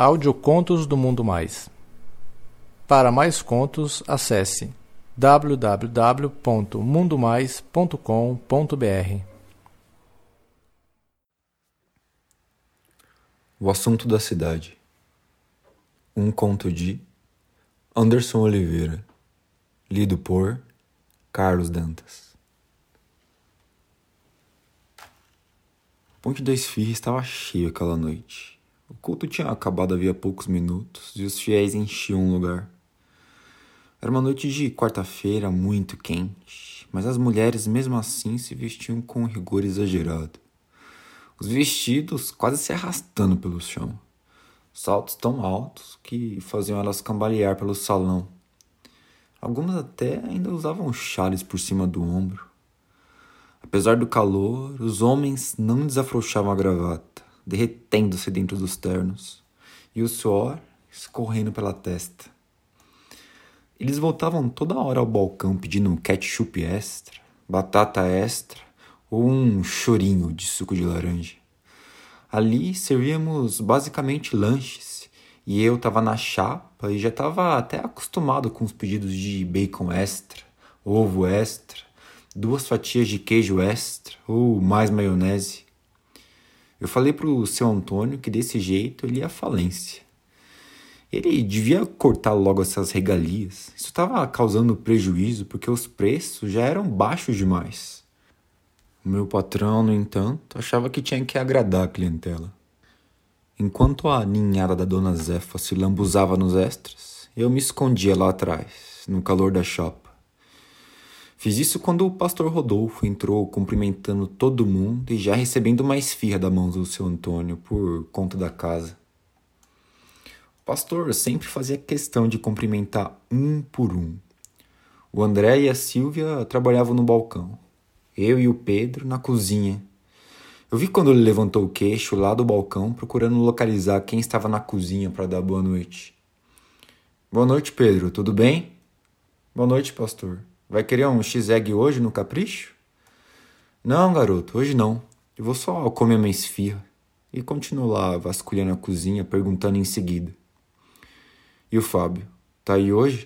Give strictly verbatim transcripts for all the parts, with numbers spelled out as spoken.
Audiocontos do Mundo Mais. Para mais contos, acesse w w w ponto mundo mais ponto com ponto b r. O assunto da cidade. Um conto de Anderson Oliveira, lido por Carlos Dantas. O Ponte da Esfirra estava cheio aquela noite. O culto tinha acabado havia poucos minutos e os fiéis enchiam o lugar. Era uma noite de quarta-feira muito quente, mas as mulheres mesmo assim se vestiam com um rigor exagerado. Os vestidos quase se arrastando pelo chão. Saltos tão altos que faziam elas cambalear pelo salão. Algumas até ainda usavam chales por cima do ombro. Apesar do calor, os homens não desafrouxavam a gravata, derretendo-se dentro dos ternos, e o suor escorrendo pela testa. Eles voltavam toda hora ao balcão pedindo ketchup extra, batata extra ou um chorinho de suco de laranja. Ali servíamos basicamente lanches, e eu estava na chapa e já estava até acostumado com os pedidos de bacon extra, ovo extra, duas fatias de queijo extra ou mais maionese. Eu falei para o seu Antônio que desse jeito ele ia à falência. Ele devia cortar logo essas regalias. Isso estava causando prejuízo porque os preços já eram baixos demais. O meu patrão, no entanto, achava que tinha que agradar a clientela. Enquanto a ninhada da dona Zefa se lambuzava nos extras, eu me escondia lá atrás, no calor da chapa. Fiz isso quando o pastor Rodolfo entrou cumprimentando todo mundo e já recebendo uma esfirra da mão do seu Antônio por conta da casa. O pastor sempre fazia questão de cumprimentar um por um. O André e a Silvia trabalhavam no balcão. Eu e o Pedro na cozinha. Eu vi quando ele levantou o queixo lá do balcão procurando localizar quem estava na cozinha para dar boa noite. Boa noite, Pedro. Tudo bem? Boa noite, pastor. Vai querer um X-Egg hoje no capricho? Não, garoto, hoje não. Eu vou só comer minha esfirra. E continuo lá vasculhando a cozinha, perguntando em seguida. E o Fábio, tá aí hoje?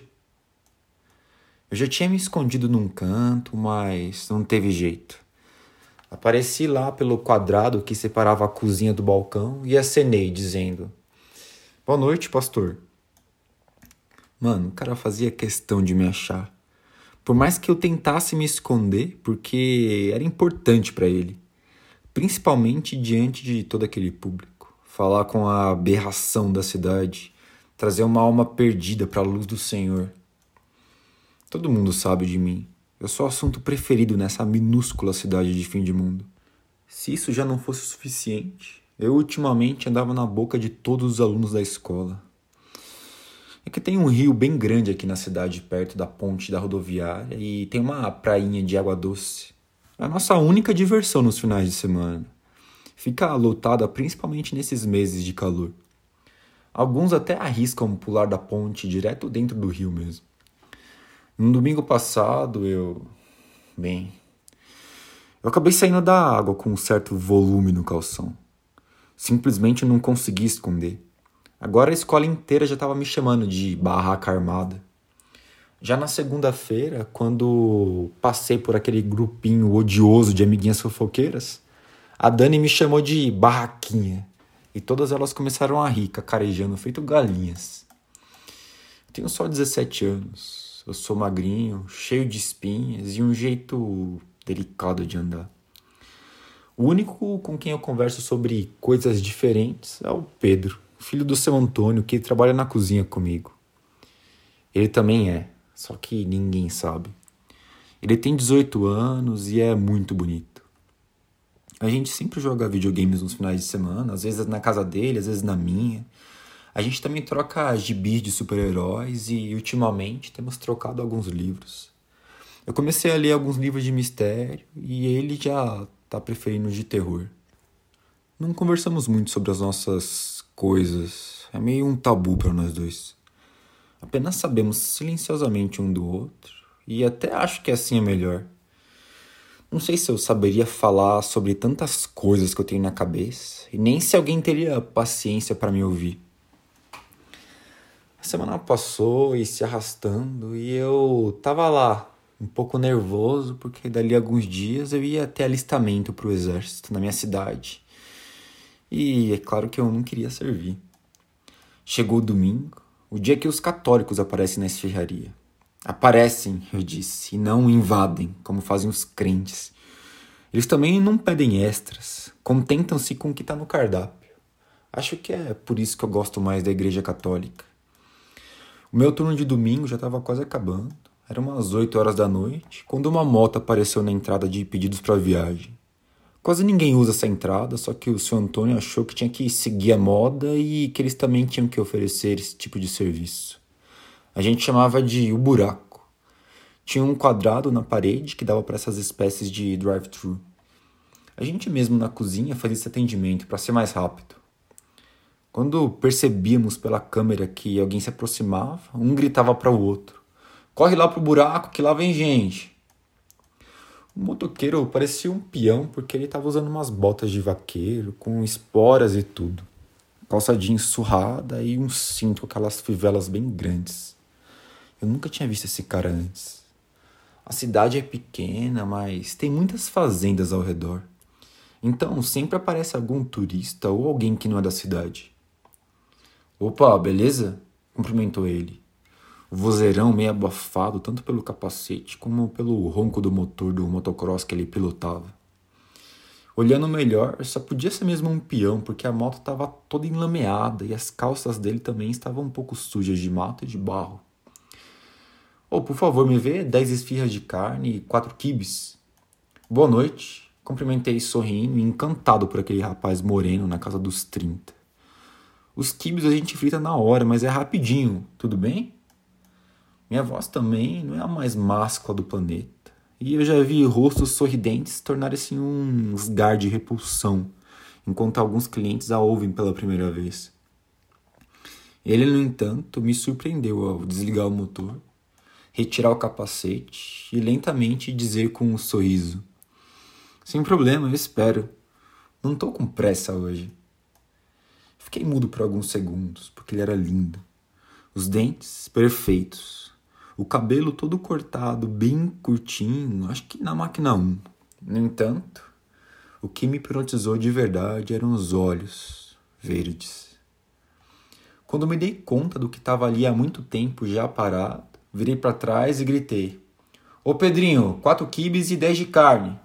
Eu já tinha me escondido num canto, mas não teve jeito. Apareci lá pelo quadrado que separava a cozinha do balcão e acenei, dizendo: Boa noite, pastor. Mano, o cara fazia questão de me achar. Por mais que eu tentasse me esconder, porque era importante para ele. Principalmente diante de todo aquele público. Falar com a aberração da cidade. Trazer uma alma perdida para a luz do Senhor. Todo mundo sabe de mim. Eu sou o assunto preferido nessa minúscula cidade de fim de mundo. Se isso já não fosse o suficiente, eu ultimamente andava na boca de todos os alunos da escola. É que tem um rio bem grande aqui na cidade, perto da ponte da rodoviária, e tem uma prainha de água doce. É a nossa única diversão nos finais de semana. Fica lotada principalmente nesses meses de calor. Alguns até arriscam pular da ponte direto dentro do rio mesmo. No domingo passado, eu... Bem... Eu acabei saindo da água com um certo volume no calção. Simplesmente não consegui esconder. Agora a escola inteira já estava me chamando de barraca armada. Já na segunda-feira, quando passei por aquele grupinho odioso de amiguinhas fofoqueiras, a Dani me chamou de barraquinha. E todas elas começaram a rir, cacarejando, feito galinhas. Eu tenho só dezessete anos. Eu sou magrinho, cheio de espinhas e um jeito delicado de andar. O único com quem eu converso sobre coisas diferentes é o Pedro, filho do seu Antônio, que trabalha na cozinha comigo. Ele também é, só que ninguém sabe. Ele tem dezoito anos e é muito bonito. A gente sempre joga videogames nos finais de semana, às vezes na casa dele, às vezes na minha. A gente também troca gibis de super-heróis e, ultimamente, temos trocado alguns livros. Eu comecei a ler alguns livros de mistério e ele já tá preferindo os de terror. Não conversamos muito sobre as nossas coisas. É meio um tabu para nós dois. Apenas sabemos silenciosamente um do outro. E até acho que assim é melhor. Não sei se eu saberia falar sobre tantas coisas que eu tenho na cabeça. E nem se alguém teria paciência para me ouvir. semana passou e se arrastando e eu tava lá, um pouco nervoso, porque dali a alguns dias eu ia ter alistamento pro exército na minha cidade. E é claro que eu não queria servir. Chegou o domingo, o dia que os católicos aparecem na esfirraria. Aparecem, eu disse, e não invadem, como fazem os crentes. Eles também não pedem extras, contentam-se com o que está no cardápio. Acho que é por isso que eu gosto mais da Igreja Católica. O meu turno de domingo já estava quase acabando. Eram umas oito horas da noite, quando uma moto apareceu na entrada de pedidos para viagem. Quase ninguém usa essa entrada, só que o seu Antônio achou que tinha que seguir a moda e que eles também tinham que oferecer esse tipo de serviço. A gente chamava de o buraco. Tinha um quadrado na parede que dava para essas espécies de drive-thru. A gente mesmo na cozinha fazia esse atendimento para ser mais rápido. Quando percebíamos pela câmera que alguém se aproximava, um gritava para o outro: "Corre lá pro buraco que lá vem gente!" O motoqueiro parecia um peão porque ele estava usando umas botas de vaqueiro com esporas e tudo. Calça jeans surrada e um cinto com aquelas fivelas bem grandes. Eu nunca tinha visto esse cara antes. A cidade é pequena, mas tem muitas fazendas ao redor. Então sempre aparece algum turista ou alguém que não é da cidade. "Opa, beleza?" cumprimentou ele. O vozeirão meio abafado, tanto pelo capacete como pelo ronco do motor do motocross que ele pilotava. Olhando melhor, só podia ser mesmo um peão, porque a moto estava toda enlameada e as calças dele também estavam um pouco sujas de mato e de barro. "Oh, por favor, me vê dez esfirras de carne e quatro quibes." "Boa noite." Cumprimentei sorrindo e encantado por aquele rapaz moreno na casa dos trinta. "Os quibes a gente frita na hora, mas é rapidinho, tudo bem?" Minha voz também não é a mais máscula do planeta. E eu já vi rostos sorridentes tornarem-se um esgar de repulsão, enquanto alguns clientes a ouvem pela primeira vez. Ele, no entanto, me surpreendeu ao desligar o motor, retirar o capacete e lentamente dizer com um sorriso: "Sem problema, eu espero. Não estou com pressa hoje." Fiquei mudo por alguns segundos, porque ele era lindo. Os dentes perfeitos. O cabelo todo cortado, bem curtinho, acho que na máquina um. No entanto, o que me hipnotizou de verdade eram os olhos verdes. Quando me dei conta do que estava ali há muito tempo já parado, virei para trás e gritei: "Ô Pedrinho, quatro quibes e dez de carne."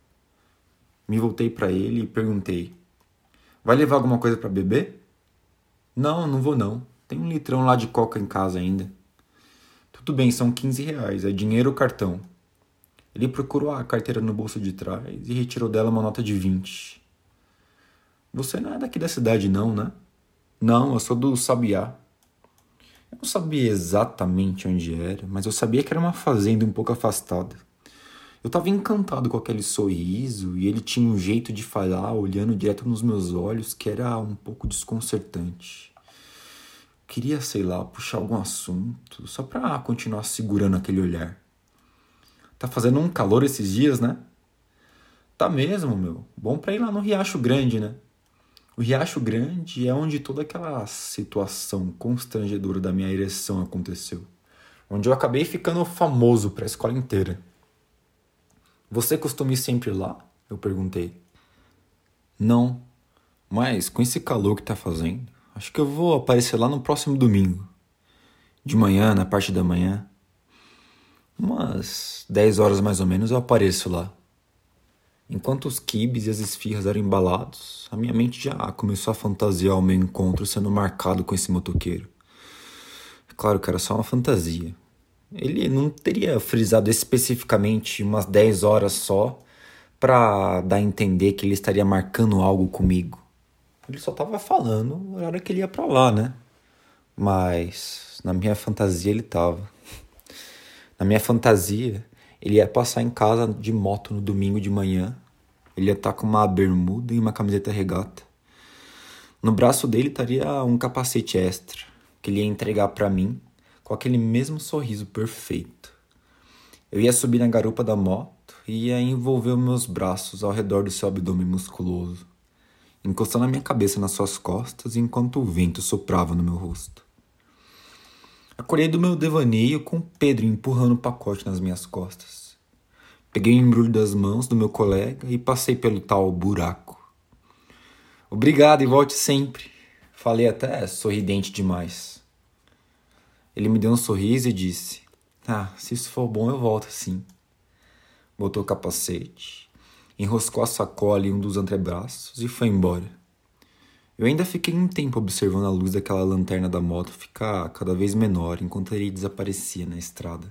Me voltei para ele e perguntei: "Vai levar alguma coisa para beber?" "Não, não vou não. Tem um litrão lá de coca em casa ainda." "Tudo bem, são quinze reais. É dinheiro ou cartão?" Ele procurou a carteira no bolso de trás e retirou dela uma nota de vinte. "Você não é daqui da cidade não, né?" "Não, eu sou do Sabiá." Eu não sabia exatamente onde era, mas eu sabia que era uma fazenda um pouco afastada. Eu estava encantado com aquele sorriso e ele tinha um jeito de falar olhando direto nos meus olhos que era um pouco desconcertante. Queria, sei lá, puxar algum assunto, só pra continuar segurando aquele olhar. "Tá fazendo um calor esses dias, né?" "Tá mesmo, meu. Bom pra ir lá no Riacho Grande, né?" O Riacho Grande é onde toda aquela situação constrangedora da minha ereção aconteceu. Onde eu acabei ficando famoso pra escola inteira. "Você costuma ir sempre lá?" eu perguntei. "Não, mas com esse calor que tá fazendo, acho que eu vou aparecer lá no próximo domingo. De manhã, na parte da manhã. Umas dez horas mais ou menos eu apareço lá." Enquanto os quibes e as esfirras eram embalados, a minha mente já começou a fantasiar o meu encontro sendo marcado com esse motoqueiro. É claro que era só uma fantasia. Ele não teria frisado especificamente umas dez horas só pra dar a entender que ele estaria marcando algo comigo. Ele só tava falando o horário que ele ia pra lá, né? Mas na minha fantasia ele tava. Na minha fantasia, ele ia passar em casa de moto no domingo de manhã. Ele ia estar com uma bermuda e uma camiseta regata. No braço dele estaria um capacete extra, que ele ia entregar pra mim com aquele mesmo sorriso perfeito. Eu ia subir na garupa da moto e ia envolver os meus braços ao redor do seu abdômen musculoso, encostando a minha cabeça nas suas costas enquanto o vento soprava no meu rosto. Acordei do meu devaneio com o Pedro empurrando o pacote nas minhas costas. Peguei o embrulho das mãos do meu colega e passei pelo tal buraco. Obrigado e volte sempre. Falei até sorridente demais. Ele me deu um sorriso e disse: Ah, se isso for bom eu volto sim. Botou o capacete, enroscou a sacola em um dos antebraços e foi embora. Eu ainda fiquei um tempo observando a luz daquela lanterna da moto ficar cada vez menor enquanto ele desaparecia na estrada.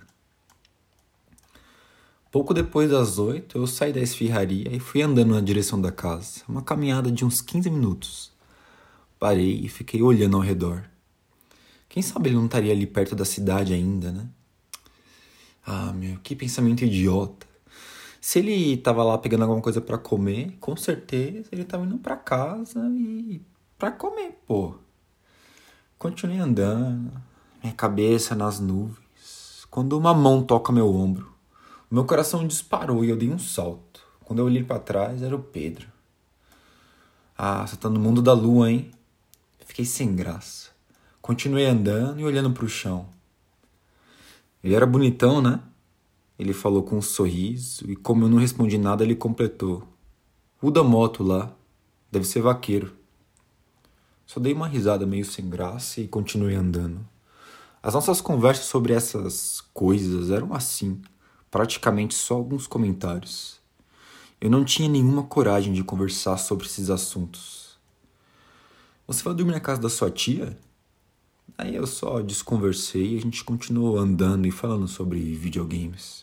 Pouco depois das oito, eu saí da esfirraria e fui andando na direção da casa, uma caminhada de uns quinze minutos. Parei e fiquei olhando ao redor. Quem sabe ele não estaria ali perto da cidade ainda, né? Ah, meu, que pensamento idiota. Se ele estava lá pegando alguma coisa para comer, com certeza ele estava indo para casa e para comer, pô. Continuei andando, minha cabeça nas nuvens, quando uma mão toca meu ombro. Meu coração disparou e eu dei um salto. Quando eu olhei para trás, era o Pedro. Ah, você tá no mundo da lua, hein? Fiquei sem graça. Continuei andando e olhando pro chão. Ele era bonitão, né? Ele falou com um sorriso e, como eu não respondi nada, ele completou: O da moto lá, deve ser vaqueiro. Só dei uma risada meio sem graça e continuei andando. As nossas conversas sobre essas coisas eram assim, praticamente só alguns comentários. Eu não tinha nenhuma coragem de conversar sobre esses assuntos. Você vai dormir na casa da sua tia? Aí eu só desconversei e a gente continuou andando e falando sobre videogames.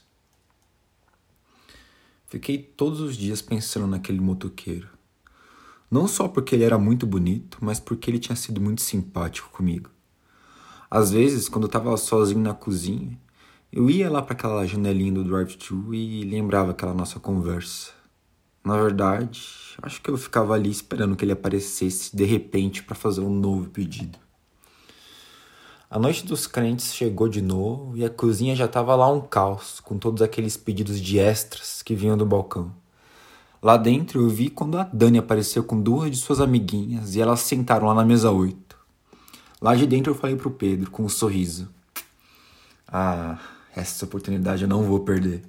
Fiquei todos os dias pensando naquele motoqueiro. Não só porque ele era muito bonito, mas porque ele tinha sido muito simpático comigo. Às vezes, quando eu estava sozinho na cozinha, eu ia lá para aquela janelinha do drive-thru e lembrava aquela nossa conversa. Na verdade, acho que eu ficava ali esperando que ele aparecesse de repente para fazer um novo pedido. A noite dos crentes chegou de novo e a cozinha já estava lá um caos, com todos aqueles pedidos de extras que vinham do balcão. Lá dentro eu vi quando a Dani apareceu com duas de suas amiguinhas e elas sentaram lá na mesa oito. Lá de dentro eu falei pro Pedro com um sorriso: Ah, essa oportunidade eu não vou perder.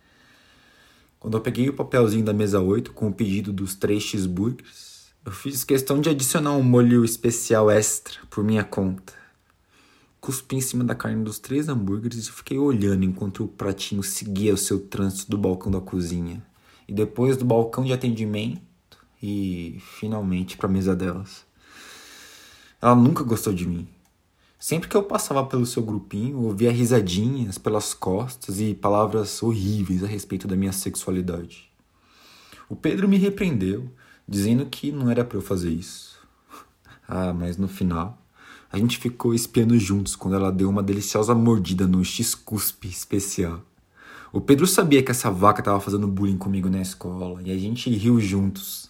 Quando eu peguei o papelzinho da mesa oito com o pedido dos três cheeseburgers, eu fiz questão de adicionar um molho especial extra por minha conta. Cuspi em cima da carne dos três hambúrgueres e fiquei olhando enquanto o pratinho seguia o seu trânsito do balcão da cozinha. E depois do balcão de atendimento e, finalmente, para a mesa delas. Ela nunca gostou de mim. Sempre que eu passava pelo seu grupinho, eu ouvia risadinhas pelas costas e palavras horríveis a respeito da minha sexualidade. O Pedro me repreendeu, dizendo que não era para eu fazer isso. Ah, mas no final, a gente ficou espiando juntos quando ela deu uma deliciosa mordida no X-Cuspe especial. O Pedro sabia que essa vaca estava fazendo bullying comigo na escola e a gente riu juntos.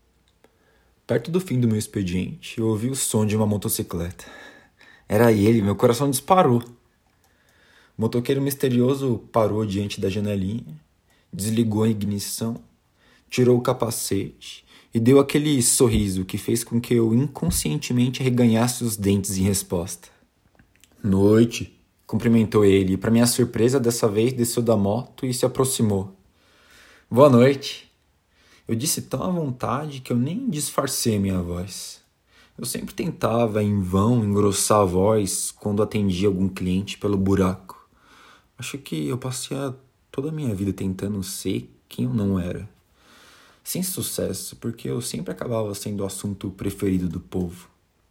Perto do fim do meu expediente, eu ouvi o som de uma motocicleta. Era ele, meu coração disparou. O motoqueiro misterioso parou diante da janelinha, desligou a ignição, tirou o capacete e deu aquele sorriso que fez com que eu inconscientemente arreganhasse os dentes em resposta. Noite, cumprimentou ele e, para minha surpresa, dessa vez desceu da moto e se aproximou. Boa noite. Eu disse tão à vontade que eu nem disfarcei minha voz. Eu sempre tentava, em vão, engrossar a voz quando atendia algum cliente pelo buraco. Acho que eu passei a toda a minha vida tentando ser quem eu não era. Sem sucesso, porque eu sempre acabava sendo o assunto preferido do povo.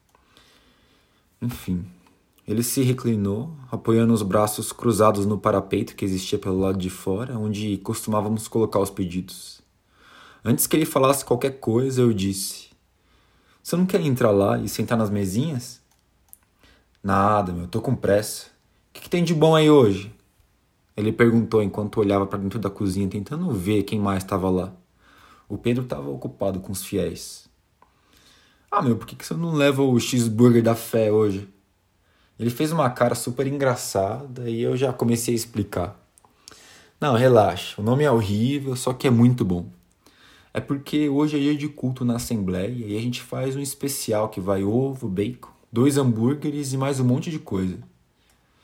Enfim, ele se reclinou, apoiando os braços cruzados no parapeito que existia pelo lado de fora, onde costumávamos colocar os pedidos. Antes que ele falasse qualquer coisa, eu disse: Você não quer entrar lá e sentar nas mesinhas? Nada, meu, tô com pressa. O que, que tem de bom aí hoje? Ele perguntou enquanto olhava para dentro da cozinha, tentando ver quem mais estava lá. O Pedro estava ocupado com os fiéis. Ah, meu, por que, que você não leva o cheeseburger da fé hoje? Ele fez uma cara super engraçada e eu já comecei a explicar. Não, relaxa, o nome é horrível, só que é muito bom. É porque hoje é dia de culto na Assembleia e a gente faz um especial que vai ovo, bacon, dois hambúrgueres e mais um monte de coisa.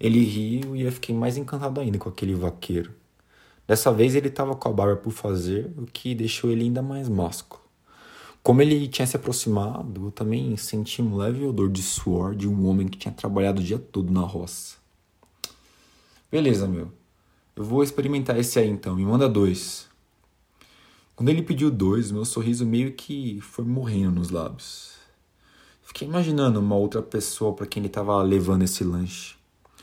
Ele riu e eu fiquei mais encantado ainda com aquele vaqueiro. Dessa vez ele estava com a barba por fazer, o que deixou ele ainda mais másculo. Como ele tinha se aproximado, eu também senti um leve odor de suor de um homem que tinha trabalhado o dia todo na roça. Beleza, meu. Eu vou experimentar esse aí então, me manda dois. Quando ele pediu dois, meu sorriso meio que foi morrendo nos lábios. Fiquei imaginando uma outra pessoa para quem ele estava levando esse lanche.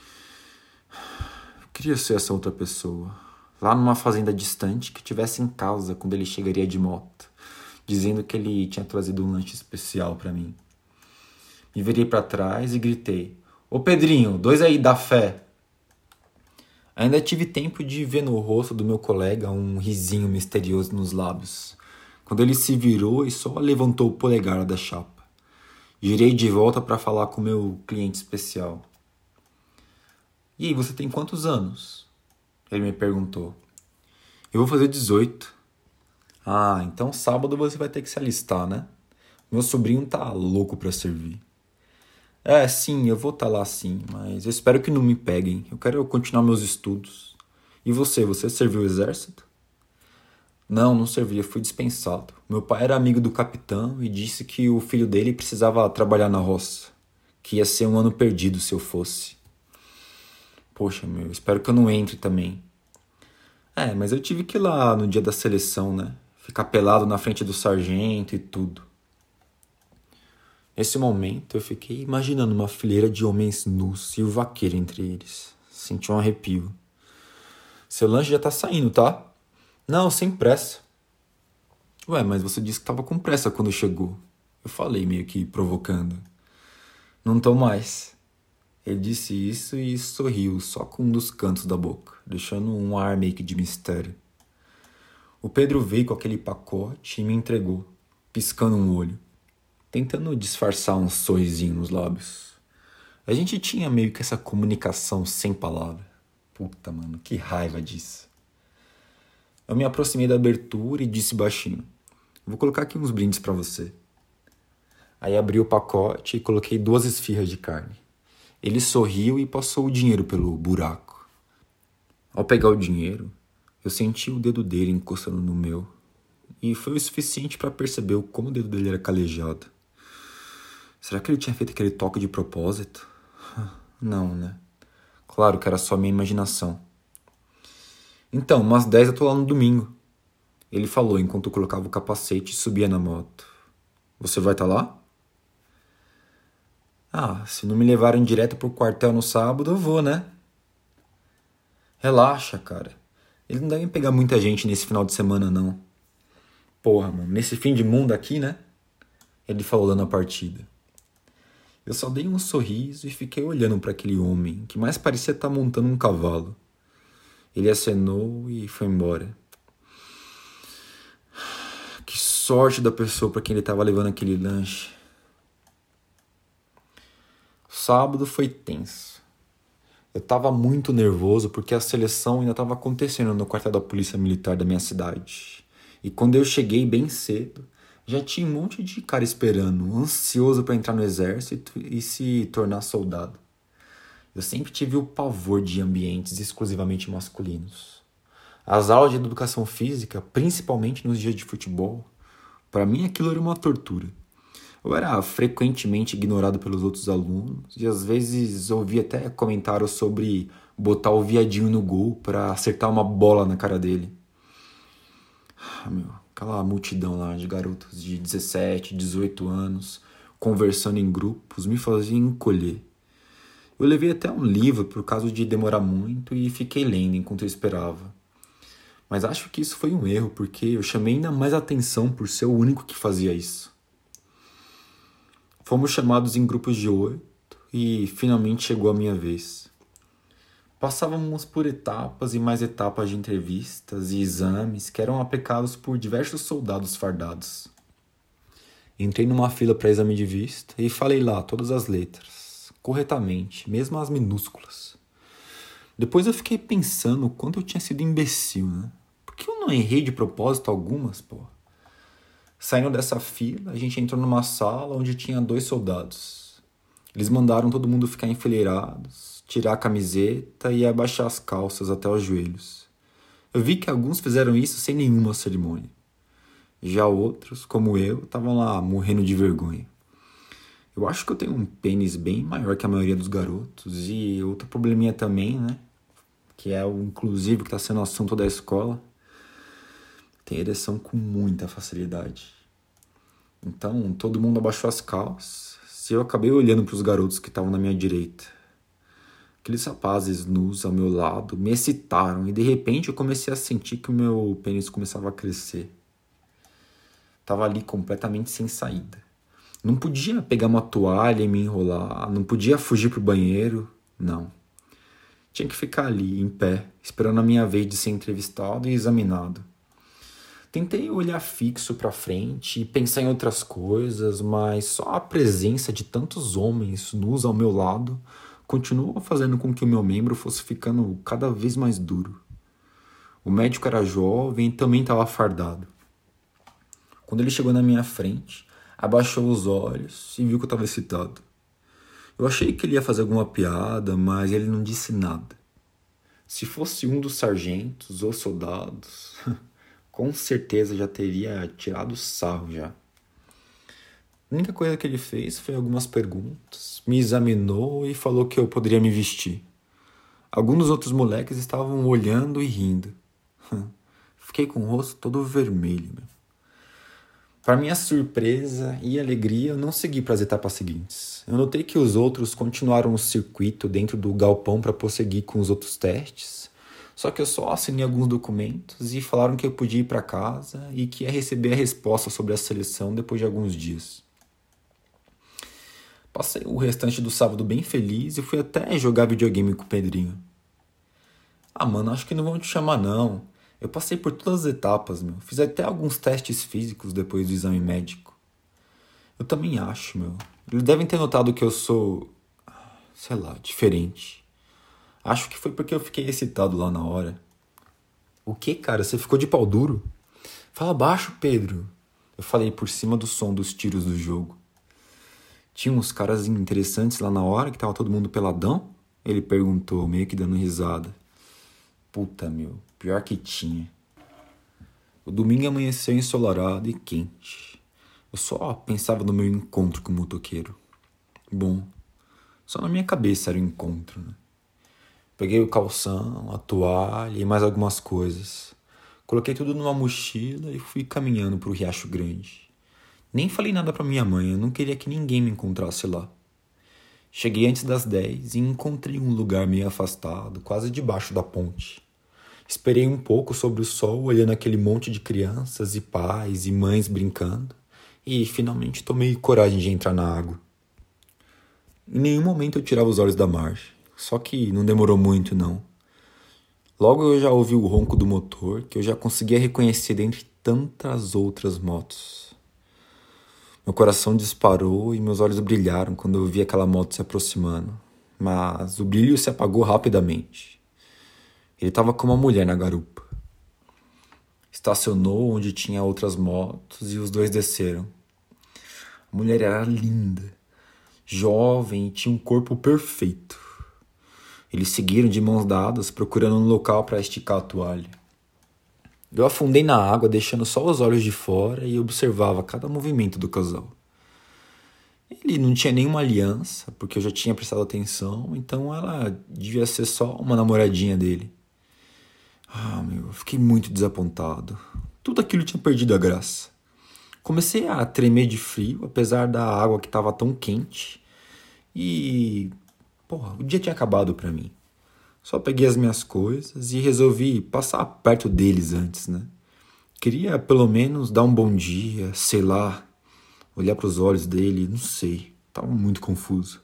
Eu queria ser essa outra pessoa, lá numa fazenda distante que tivesse em casa quando ele chegaria de moto, dizendo que ele tinha trazido um lanche especial para mim. Me virei para trás e gritei: "Ô Pedrinho, dois aí da fé!" Ainda tive tempo de ver no rosto do meu colega um risinho misterioso nos lábios, quando ele se virou e só levantou o polegar da chapa. Girei de volta para falar com o meu cliente especial. "E aí, você tem quantos anos?" Ele me perguntou. "Eu vou fazer dezoito. "Ah, então sábado você vai ter que se alistar, né? Meu sobrinho tá louco pra servir." "É, sim, eu vou estar lá sim, mas eu espero que não me peguem. Eu quero continuar meus estudos." "E você, você serviu o exército?" "Não, não servi, eu fui dispensado. Meu pai era amigo do capitão e disse que o filho dele precisava trabalhar na roça, que ia ser um ano perdido se eu fosse." "Poxa, meu, espero que eu não entre também." "É, mas eu tive que ir lá no dia da seleção, né? Ficar pelado na frente do sargento e tudo." Nesse momento eu fiquei imaginando uma fileira de homens nus e o vaqueiro entre eles. Senti um arrepio. "Seu lanche já tá saindo, tá?" "Não, sem pressa." "Ué, mas você disse que tava com pressa quando chegou." Eu falei meio que provocando. "Não tô mais." Ele disse isso e sorriu só com um dos cantos da boca, deixando um ar meio que de mistério. O Pedro veio com aquele pacote e me entregou, piscando um olho, tentando disfarçar um sorrisinho nos lábios. A gente tinha meio que essa comunicação sem palavra. Puta, mano, que raiva disso. Eu me aproximei da abertura e disse baixinho: "Vou colocar aqui uns brindes pra você." Aí abri o pacote e coloquei duas esfirras de carne. Ele sorriu e passou o dinheiro pelo buraco. Ao pegar o dinheiro, eu senti o dedo dele encostando no meu, e foi o suficiente para perceber o como o dedo dele era calejado. Será que ele tinha feito aquele toque de propósito? Não, né? Claro que era só minha imaginação. "Então, umas dez eu tô lá no domingo." Ele falou enquanto eu colocava o capacete e subia na moto. "Você vai estar lá?" "Ah, se não me levarem direto pro quartel no sábado, eu vou, né?" "Relaxa, cara. Eles não devem pegar muita gente nesse final de semana, não." "Porra, mano, nesse fim de mundo aqui, né?" Ele falou dando a partida. Eu só dei um sorriso e fiquei olhando para aquele homem, que mais parecia estar montando um cavalo. Ele acenou e foi embora. Que sorte da pessoa para quem ele estava levando aquele lanche. Sábado foi tenso. Eu estava muito nervoso porque a seleção ainda estava acontecendo no quartel da Polícia Militar da minha cidade. E quando eu cheguei bem cedo, já tinha um monte de cara esperando, ansioso para entrar no exército e se tornar soldado. Eu sempre tive o pavor de ambientes exclusivamente masculinos. As aulas de educação física, principalmente nos dias de futebol, para mim aquilo era uma tortura. Eu era frequentemente ignorado pelos outros alunos e às vezes ouvia até comentários sobre botar o viadinho no gol para acertar uma bola na cara dele. Ah, meu, aquela multidão lá de garotos de dezessete, dezoito anos, conversando em grupos, me fazia encolher. Eu levei até um livro por causa de demorar muito e fiquei lendo enquanto eu esperava. Mas acho que isso foi um erro, porque eu chamei ainda mais atenção por ser o único que fazia isso. Fomos chamados em grupos de oito e finalmente chegou a minha vez. Passávamos por etapas e mais etapas de entrevistas e exames que eram aplicados por diversos soldados fardados. Entrei numa fila para exame de vista e falei lá todas as letras, corretamente, mesmo as minúsculas. Depois eu fiquei pensando o quanto eu tinha sido imbecil, né? Por que eu não errei de propósito algumas, pô? Saindo dessa fila, a gente entrou numa sala onde tinha dois soldados. Eles mandaram todo mundo ficar enfileirados. tirar a camiseta e abaixar as calças até os joelhos. Eu vi que alguns fizeram isso sem nenhuma cerimônia. Já outros, como eu, estavam lá morrendo de vergonha. Eu acho que eu tenho um pênis bem maior que a maioria dos garotos. E outro probleminha também, né? Que é o inclusive que está sendo assunto da escola. Tem ereção com muita facilidade. Então, todo mundo abaixou as calças. E eu acabei olhando para os garotos que estavam na minha direita. Aqueles rapazes nus ao meu lado me excitaram. E de repente eu comecei a sentir que o meu pênis começava a crescer. Tava ali completamente sem saída. Não podia pegar uma toalha e me enrolar. Não podia fugir pro banheiro. Não. Tinha que ficar ali, em pé, esperando a minha vez de ser entrevistado e examinado. Tentei olhar fixo pra frente e pensar em outras coisas, mas só a presença de tantos homens nus ao meu lado continuou fazendo com que o meu membro fosse ficando cada vez mais duro. O médico era jovem e também estava fardado. Quando ele chegou na minha frente, abaixou os olhos e viu que eu estava excitado. Eu achei que ele ia fazer alguma piada, mas ele não disse nada. Se fosse um dos sargentos ou soldados, com certeza já teria tirado sarro já. A única coisa que ele fez foi algumas perguntas, me examinou e falou que eu poderia me vestir. Alguns dos outros moleques estavam olhando e rindo. Fiquei com o rosto todo vermelho. Meu. Para minha surpresa e alegria, eu não segui para as etapas seguintes. Eu notei que os outros continuaram o circuito dentro do galpão para prosseguir com os outros testes. Só que eu só assinei alguns documentos e falaram que eu podia ir para casa e que ia receber a resposta sobre a seleção depois de alguns dias. Passei o restante do sábado bem feliz e fui até jogar videogame com o Pedrinho. Ah, mano, acho que não vão te chamar não. Eu passei por todas as etapas, meu. Fiz até alguns testes físicos depois do exame médico. Eu também acho, meu. Eles devem ter notado que eu sou, sei lá, diferente. Acho que foi porque eu fiquei excitado lá na hora. O que, cara? Você ficou de pau duro? Fala baixo, Pedro. Eu falei por cima do som dos tiros do jogo. Tinha uns caras interessantes lá na hora que tava todo mundo peladão? Ele perguntou, meio que dando risada. Puta, meu, pior que tinha. O domingo amanheceu ensolarado e quente. Eu só pensava no meu encontro com o motoqueiro. Bom, só na minha cabeça era o encontro, né? Peguei o calção, a toalha e mais algumas coisas. Coloquei tudo numa mochila e fui caminhando pro Riacho Grande. Nem falei nada pra minha mãe, eu não queria que ninguém me encontrasse lá. Cheguei antes das dez e encontrei um lugar meio afastado, quase debaixo da ponte. Esperei um pouco sobre o sol, olhando aquele monte de crianças e pais e mães brincando, e finalmente tomei coragem de entrar na água. Em nenhum momento eu tirava os olhos da margem, só que não demorou muito não. Logo eu já ouvi o ronco do motor, que eu já conseguia reconhecer dentre tantas outras motos. Meu coração disparou e meus olhos brilharam quando eu vi aquela moto se aproximando. Mas o brilho se apagou rapidamente. Ele estava com uma mulher na garupa. Estacionou onde tinha outras motos e os dois desceram. A mulher era linda, jovem e tinha um corpo perfeito. Eles seguiram de mãos dadas, procurando um local para esticar a toalha. Eu afundei na água, deixando só os olhos de fora e observava cada movimento do casal. Ele não tinha nenhuma aliança, porque eu já tinha prestado atenção, então ela devia ser só uma namoradinha dele. Ah, meu, eu fiquei muito desapontado. Tudo aquilo tinha perdido a graça. Comecei a tremer de frio, apesar da água que estava tão quente. E, porra, o dia tinha acabado pra mim. Só peguei as minhas coisas e resolvi passar perto deles antes, né? Queria pelo menos dar um bom dia, sei lá, olhar para os olhos dele, não sei. Tava muito confuso.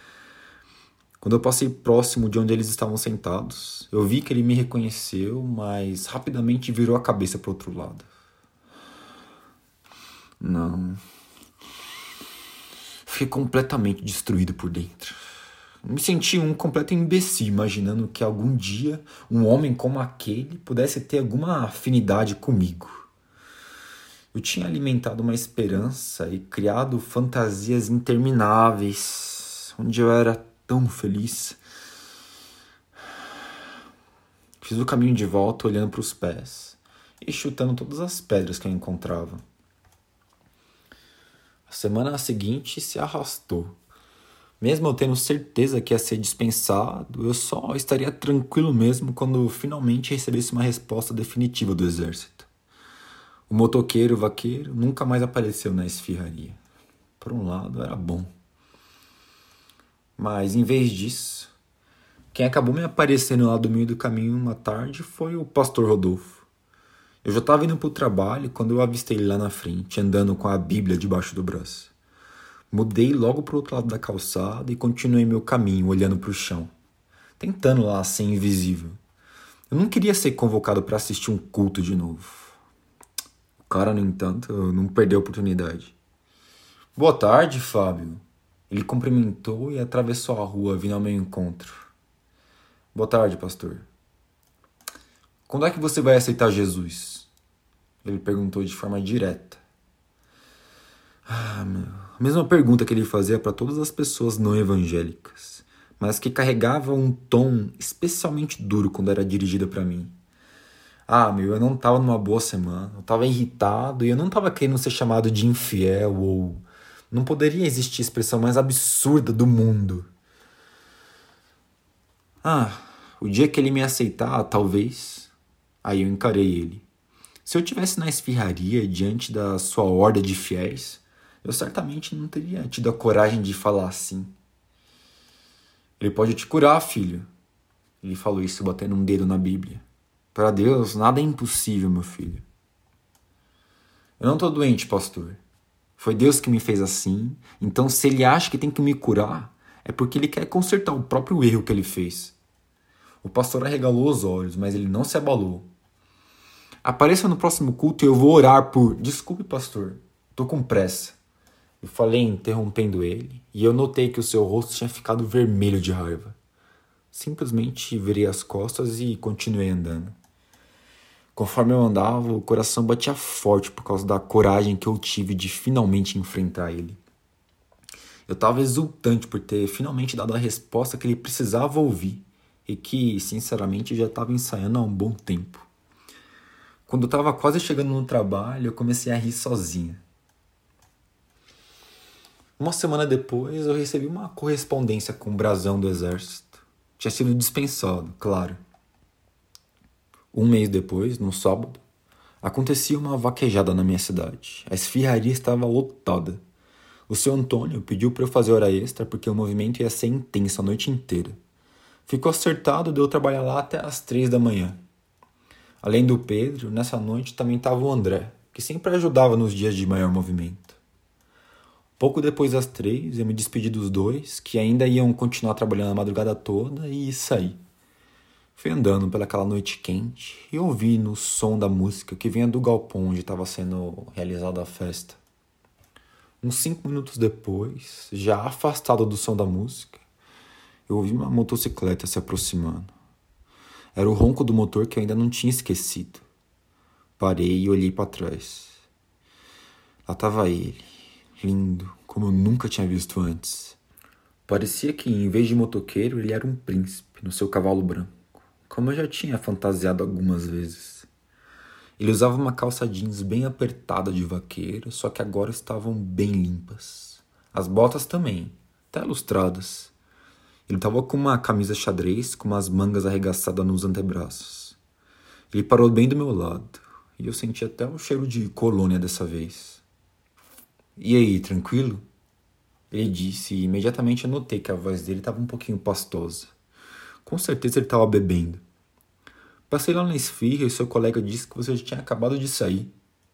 Quando eu passei próximo de onde eles estavam sentados, eu vi que ele me reconheceu, mas rapidamente virou a cabeça para o outro lado. Não. Fiquei completamente destruído por dentro. Me senti um completo imbecil, imaginando que algum dia um homem como aquele pudesse ter alguma afinidade comigo. Eu tinha alimentado uma esperança e criado fantasias intermináveis, onde eu era tão feliz. Fiz o caminho de volta olhando para os pés e chutando todas as pedras que eu encontrava. A semana seguinte se arrastou. Mesmo eu tendo certeza que ia ser dispensado, eu só estaria tranquilo mesmo quando finalmente recebesse uma resposta definitiva do exército. O motoqueiro, o vaqueiro, nunca mais apareceu na esfirraria. Por um lado, era bom. Mas, em vez disso, quem acabou me aparecendo lá do meio do caminho uma tarde foi o pastor Rodolfo. Eu já estava indo para o trabalho quando eu avistei ele lá na frente, andando com a Bíblia debaixo do braço. Mudei logo para o outro lado da calçada e continuei meu caminho, olhando para o chão, tentando lá ser invisível. Eu não queria ser convocado para assistir um culto de novo. O cara, no entanto, não perdeu a oportunidade. Boa tarde, Fábio. Ele cumprimentou e atravessou a rua, vindo ao meu encontro. Boa tarde, pastor. Quando é que você vai aceitar Jesus? Ele perguntou de forma direta. Ah, meu. A mesma pergunta que ele fazia para todas as pessoas não evangélicas, mas que carregava um tom especialmente duro quando era dirigida para mim. Ah, meu, eu não estava numa boa semana, eu estava irritado e eu não estava querendo ser chamado de infiel ou... Não poderia existir expressão mais absurda do mundo. Ah, o dia que ele me aceitar, talvez, aí eu encarei ele. Se eu estivesse na esfirraria diante da sua horda de fiéis, eu certamente não teria tido a coragem de falar assim. Ele pode te curar, filho. Ele falou isso batendo um dedo na Bíblia. Para Deus, nada é impossível, meu filho. Eu não estou doente, pastor. Foi Deus que me fez assim. Então, se ele acha que tem que me curar, é porque ele quer consertar o próprio erro que ele fez. O pastor arregalou os olhos, mas ele não se abalou. Apareça no próximo culto e eu vou orar por... Desculpe, pastor. Estou com pressa. Eu falei interrompendo ele, e eu notei que o seu rosto tinha ficado vermelho de raiva. Simplesmente virei as costas e continuei andando. Conforme eu andava, o coração batia forte por causa da coragem que eu tive de finalmente enfrentar ele. Eu estava exultante por ter finalmente dado a resposta que ele precisava ouvir e que, sinceramente, já estava ensaiando há um bom tempo. Quando eu estava quase chegando no trabalho, eu comecei a rir sozinha. Uma semana depois, eu recebi uma correspondência com o brasão do exército. Tinha sido dispensado, claro. Um mês depois, no sábado, acontecia uma vaquejada na minha cidade. A esfirraria estava lotada. O seu Antônio pediu para eu fazer hora extra porque o movimento ia ser intenso a noite inteira. Ficou acertado de eu trabalhar lá até às três da manhã. Além do Pedro, nessa noite também estava o André, que sempre ajudava nos dias de maior movimento. Pouco depois das três, eu me despedi dos dois, que ainda iam continuar trabalhando a madrugada toda, e saí. Fui andando pelaquela noite quente e ouvindo o som da música que vinha do galpão onde estava sendo realizada a festa. Uns cinco minutos depois, já afastado do som da música, eu ouvi uma motocicleta se aproximando. Era o ronco do motor que eu ainda não tinha esquecido. Parei e olhei para trás. Lá estava ele, lindo, como eu nunca tinha visto antes. Parecia que, em vez de motoqueiro, ele era um príncipe no seu cavalo branco, como eu já tinha fantasiado algumas vezes. Ele usava uma calça jeans bem apertada de vaqueiro, só que agora estavam bem limpas. As botas também, até lustradas. Ele estava com uma camisa xadrez com umas mangas arregaçadas nos antebraços. Ele parou bem do meu lado, e eu senti até o cheiro de colônia dessa vez. E aí, tranquilo? Ele disse, e imediatamente eu notei que a voz dele estava um pouquinho pastosa. Com certeza ele estava bebendo. Passei lá na esfirra e seu colega disse que você já tinha acabado de sair.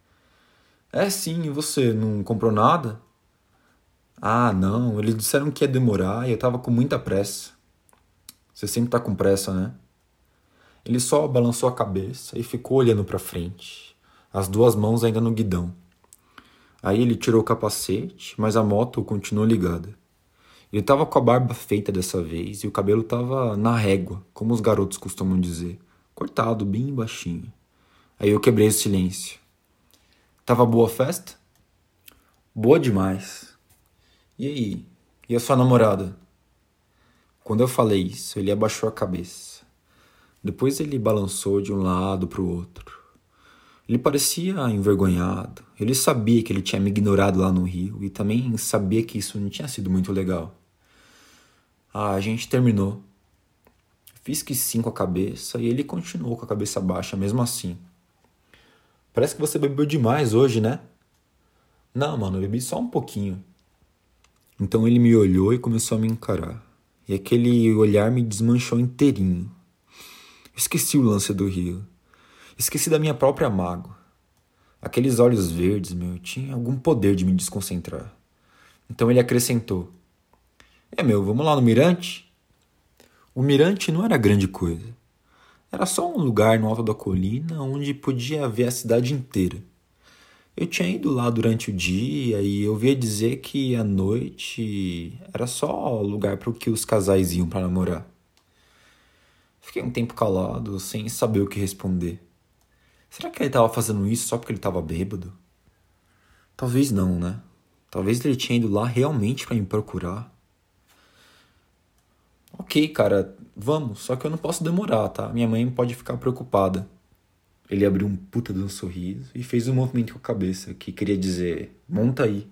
É sim, e você não comprou nada? Ah, não, eles disseram que ia demorar e eu estava com muita pressa. Você sempre está com pressa, né? Ele só balançou a cabeça e ficou olhando para frente, as duas mãos ainda no guidão. Aí ele tirou o capacete, mas a moto continuou ligada. Ele estava com a barba feita dessa vez e o cabelo estava na régua, como os garotos costumam dizer, cortado bem baixinho. Aí eu quebrei o silêncio. Tava boa a festa? Boa demais. E aí? E a sua namorada? Quando eu falei isso, ele abaixou a cabeça. Depois ele balançou de um lado para o outro. Ele parecia envergonhado. Ele sabia que ele tinha me ignorado lá no rio e também sabia que isso não tinha sido muito legal. Ah, a gente terminou. Fiz que sim com a cabeça e ele continuou com a cabeça baixa mesmo assim. Parece que você bebeu demais hoje, né? Não, mano, eu bebi só um pouquinho. Então ele me olhou e começou a me encarar. E aquele olhar me desmanchou inteirinho. Eu esqueci o lance do rio. Esqueci da minha própria mágoa. Aqueles olhos verdes, meu, tinham algum poder de me desconcentrar. Então ele acrescentou. É, meu, vamos lá no mirante? O mirante não era grande coisa. Era só um lugar no alto da colina onde podia ver a cidade inteira. Eu tinha ido lá durante o dia e eu ouvia dizer que à noite era só lugar para o que os casais iam para namorar. Fiquei um tempo calado, sem saber o que responder. Será que ele estava fazendo isso só porque ele estava bêbado? Talvez não, né? Talvez ele tinha ido lá realmente para me procurar. Ok, cara, vamos, só que eu não posso demorar, tá? Minha mãe pode ficar preocupada. Ele abriu um puta de um sorriso e fez um movimento com a cabeça que queria dizer, monta aí.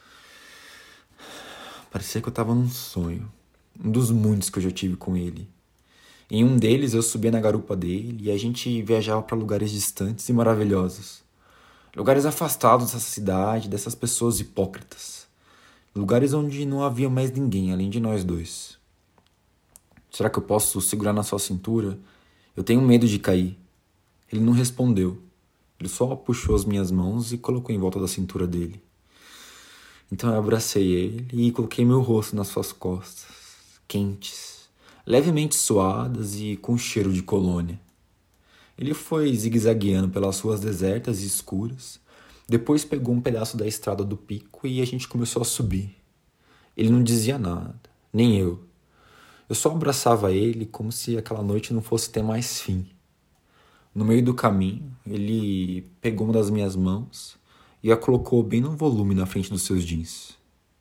Parecia que eu tava num sonho. Um dos muitos que eu já tive com ele. Em um deles eu subia na garupa dele e a gente viajava para lugares distantes e maravilhosos. Lugares afastados dessa cidade, dessas pessoas hipócritas. Lugares onde não havia mais ninguém além de nós dois. Será que eu posso segurar na sua cintura? Eu tenho medo de cair. Ele não respondeu. Ele só puxou as minhas mãos e colocou em volta da cintura dele. Então eu abracei ele e coloquei meu rosto nas suas costas, quentes, levemente suadas e com cheiro de colônia. Ele foi zigue-zagueando pelas ruas desertas e escuras, depois pegou um pedaço da estrada do pico e a gente começou a subir. Ele não dizia nada, nem eu. Eu só abraçava ele como se aquela noite não fosse ter mais fim. No meio do caminho, ele pegou uma das minhas mãos e a colocou bem no volume na frente dos seus jeans.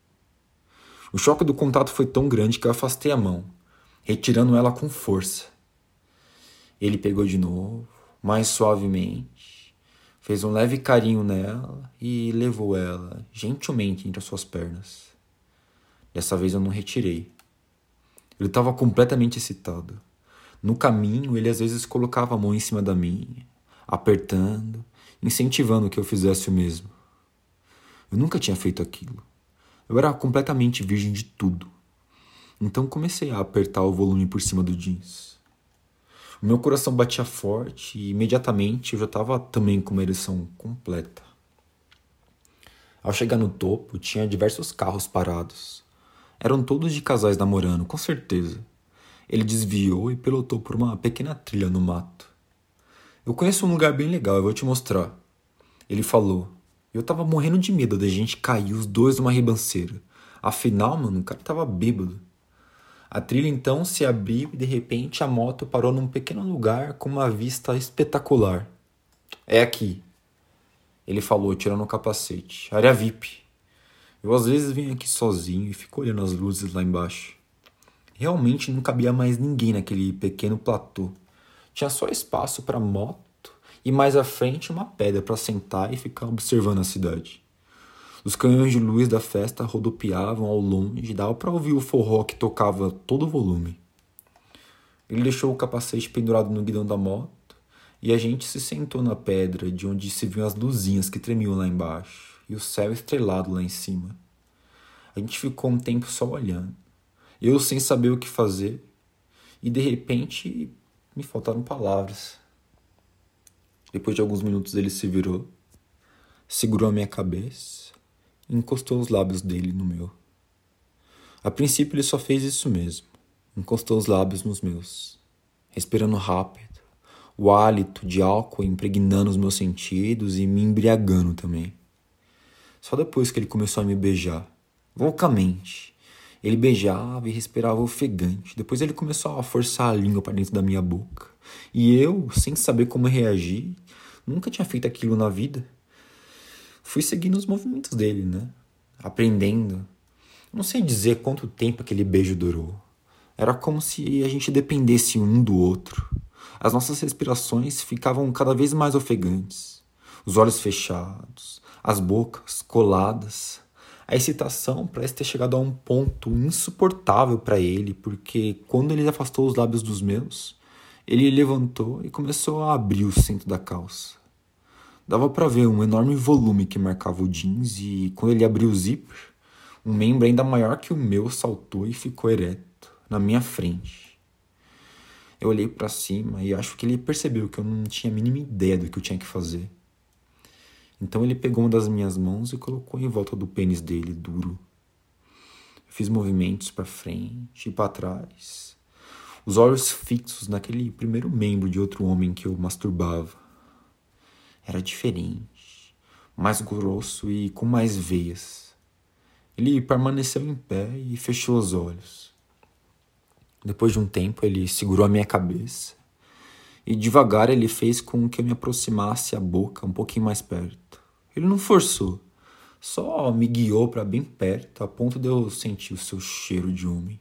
O choque do contato foi tão grande que eu afastei a mão, retirando ela com força. Ele pegou de novo, mais suavemente, fez um leve carinho nela e levou ela gentilmente entre as suas pernas. Dessa vez eu não retirei. Ele estava completamente excitado. No caminho, ele às vezes colocava a mão em cima da minha, apertando, incentivando que eu fizesse o mesmo. Eu nunca tinha feito aquilo. Eu era completamente virgem de tudo. Então comecei a apertar o volume por cima do jeans. O meu coração batia forte e imediatamente eu já estava também com uma ereção completa. Ao chegar no topo, tinha diversos carros parados. Eram todos de casais namorando, com certeza. Ele desviou e pilotou por uma pequena trilha no mato. Eu conheço um lugar bem legal, eu vou te mostrar. Ele falou. Eu tava morrendo de medo da gente cair os dois numa ribanceira. Afinal, mano, o cara tava bêbado. A trilha então se abriu e de repente a moto parou num pequeno lugar com uma vista espetacular. É aqui. Ele falou, tirando o capacete. Área V I P. Eu às vezes venho aqui sozinho e fico olhando as luzes lá embaixo. Realmente não cabia mais ninguém naquele pequeno platô. Tinha só espaço para moto e mais à frente uma pedra para sentar e ficar observando a cidade. Os canhões de luz da festa rodopiavam ao longe e dava para ouvir o forró que tocava todo o volume. Ele deixou o capacete pendurado no guidão da moto e a gente se sentou na pedra de onde se viam as luzinhas que tremiam lá embaixo e o céu estrelado lá em cima. A gente ficou um tempo só olhando. Eu sem saber o que fazer e de repente me faltaram palavras. Depois de alguns minutos ele se virou, segurou a minha cabeça e encostou os lábios dele no meu. A princípio ele só fez isso mesmo, encostou os lábios nos meus, respirando rápido, o hálito de álcool impregnando os meus sentidos e me embriagando também. Só depois que ele começou a me beijar, loucamente. Ele beijava e respirava ofegante. Depois ele começou a forçar a língua para dentro da minha boca. E eu, sem saber como reagir, nunca tinha feito aquilo na vida. Fui seguindo os movimentos dele, né? Aprendendo. Não sei dizer quanto tempo aquele beijo durou. Era como se a gente dependesse um do outro. As nossas respirações ficavam cada vez mais ofegantes. Os olhos fechados, as bocas coladas. A excitação parece ter chegado a um ponto insuportável para ele, porque quando ele afastou os lábios dos meus, ele levantou e começou a abrir o cinto da calça. Dava para ver um enorme volume que marcava o jeans e, quando ele abriu o zíper, um membro ainda maior que o meu saltou e ficou ereto, na minha frente. Eu olhei para cima e acho que ele percebeu que eu não tinha a mínima ideia do que eu tinha que fazer. Então ele pegou uma das minhas mãos e colocou em volta do pênis dele, duro. Eu fiz movimentos para frente e para trás, os olhos fixos naquele primeiro membro de outro homem que eu masturbava. Era diferente, mais grosso e com mais veias. Ele permaneceu em pé e fechou os olhos. Depois de um tempo, ele segurou a minha cabeça e devagar ele fez com que eu me aproximasse a boca um pouquinho mais perto. Ele não forçou, só me guiou para bem perto, a ponto de eu sentir o seu cheiro de homem.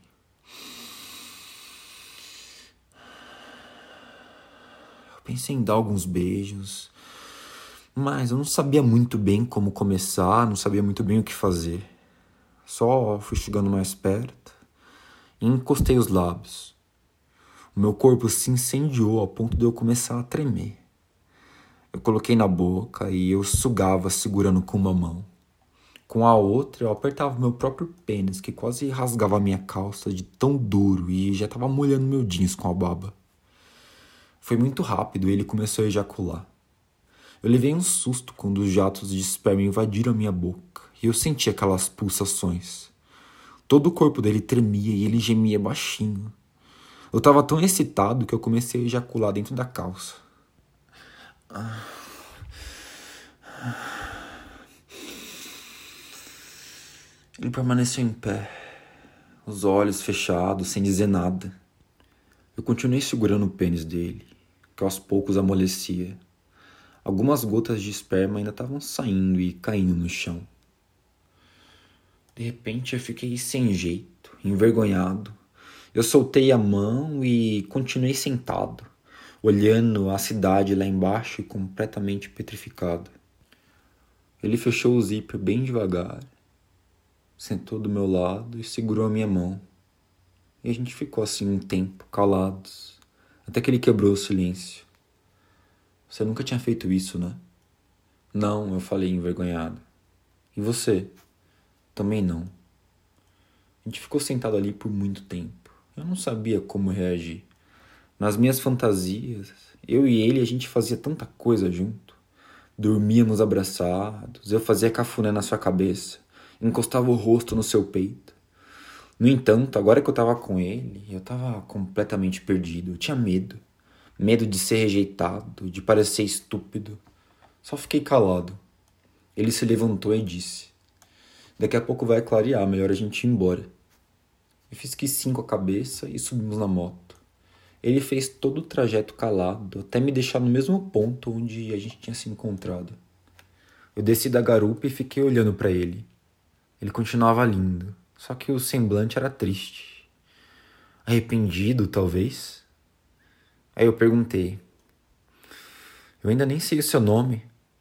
Eu pensei em dar alguns beijos, mas eu não sabia muito bem como começar, não sabia muito bem o que fazer. Só fui chegando mais perto e encostei os lábios. O meu corpo se incendiou ao ponto de eu começar a tremer. Eu coloquei na boca e eu sugava segurando com uma mão. Com a outra eu apertava o meu próprio pênis, que quase rasgava a minha calça de tão duro e já estava molhando meu jeans com a baba. Foi muito rápido e ele começou a ejacular. Eu levei um susto quando os jatos de esperma invadiram a minha boca e eu senti aquelas pulsações. Todo o corpo dele tremia e ele gemia baixinho. Eu estava tão excitado que eu comecei a ejacular dentro da calça. Ele permaneceu em pé, os olhos fechados, sem dizer nada. Eu continuei segurando o pênis dele, que aos poucos amolecia. Algumas gotas de esperma ainda estavam saindo e caindo no chão. De repente eu fiquei sem jeito, envergonhado. Eu soltei a mão e continuei sentado, olhando a cidade lá embaixo e completamente petrificado. Ele fechou o zíper bem devagar, sentou do meu lado e segurou a minha mão. E a gente ficou assim um tempo, calados, até que ele quebrou o silêncio. Você nunca tinha feito isso, né? Não, eu falei envergonhado. E você? Também não. A gente ficou sentado ali por muito tempo. Eu não sabia como reagir. Nas minhas fantasias, eu e ele, a gente fazia tanta coisa junto. Dormíamos abraçados, eu fazia cafuné na sua cabeça, encostava o rosto no seu peito. No entanto, agora que eu tava com ele, eu tava completamente perdido. Eu tinha medo. Medo de ser rejeitado, de parecer estúpido. Só fiquei calado. Ele se levantou e disse: daqui a pouco vai clarear, melhor a gente ir embora. Eu fiz que sim com a cabeça e subimos na moto. Ele fez todo o trajeto calado, até me deixar no mesmo ponto onde a gente tinha se encontrado. Eu desci da garupa e fiquei olhando para ele. Ele continuava lindo, só que o semblante era triste. Arrependido, talvez? Aí eu perguntei: eu ainda nem sei o seu nome.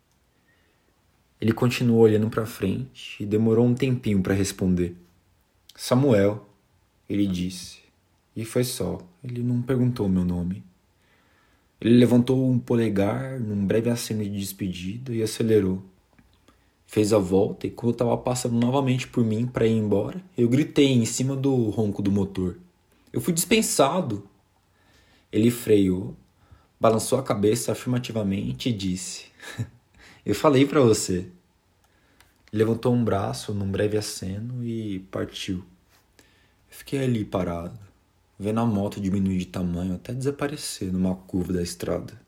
Ele continuou olhando para frente e demorou um tempinho para responder. Samuel, ele disse. E foi só, ele não perguntou o meu nome. Ele levantou um polegar num breve aceno de despedida e acelerou. Fez a volta e quando estava passando novamente por mim para ir embora, eu gritei em cima do ronco do motor: eu fui dispensado! Ele freou, balançou a cabeça afirmativamente e disse: eu falei para você. Levantou um braço num breve aceno e partiu. Eu fiquei ali parado, vendo a moto diminuir de tamanho até desaparecer numa curva da estrada.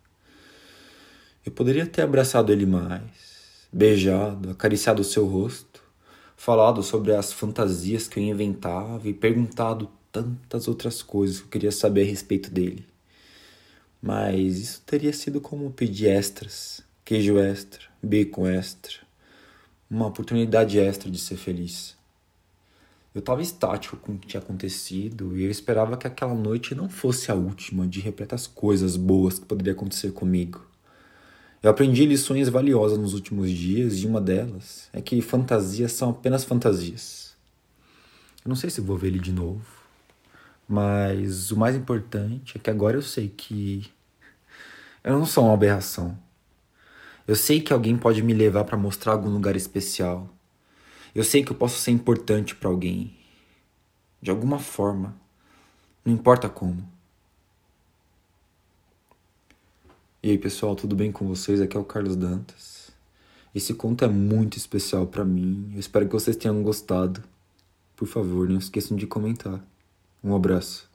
Eu poderia ter abraçado ele mais, beijado, acariciado o seu rosto, falado sobre as fantasias que eu inventava e perguntado tantas outras coisas que eu queria saber a respeito dele. Mas isso teria sido como pedir extras, queijo extra, bacon extra, uma oportunidade extra de ser feliz. Eu estava estático com o que tinha acontecido e eu esperava que aquela noite não fosse a última de repletas coisas boas que poderia acontecer comigo. Eu aprendi lições valiosas nos últimos dias e uma delas é que fantasias são apenas fantasias. Eu não sei se vou ver ele de novo, mas o mais importante é que agora eu sei que eu não sou uma aberração. Eu sei que alguém pode me levar para mostrar algum lugar especial. Eu sei que eu posso ser importante para alguém. De alguma forma. Não importa como. E aí, pessoal, tudo bem com vocês? Aqui é o Carlos Dantas. Esse conto é muito especial para mim. Eu espero que vocês tenham gostado. Por favor, não esqueçam de comentar. Um abraço.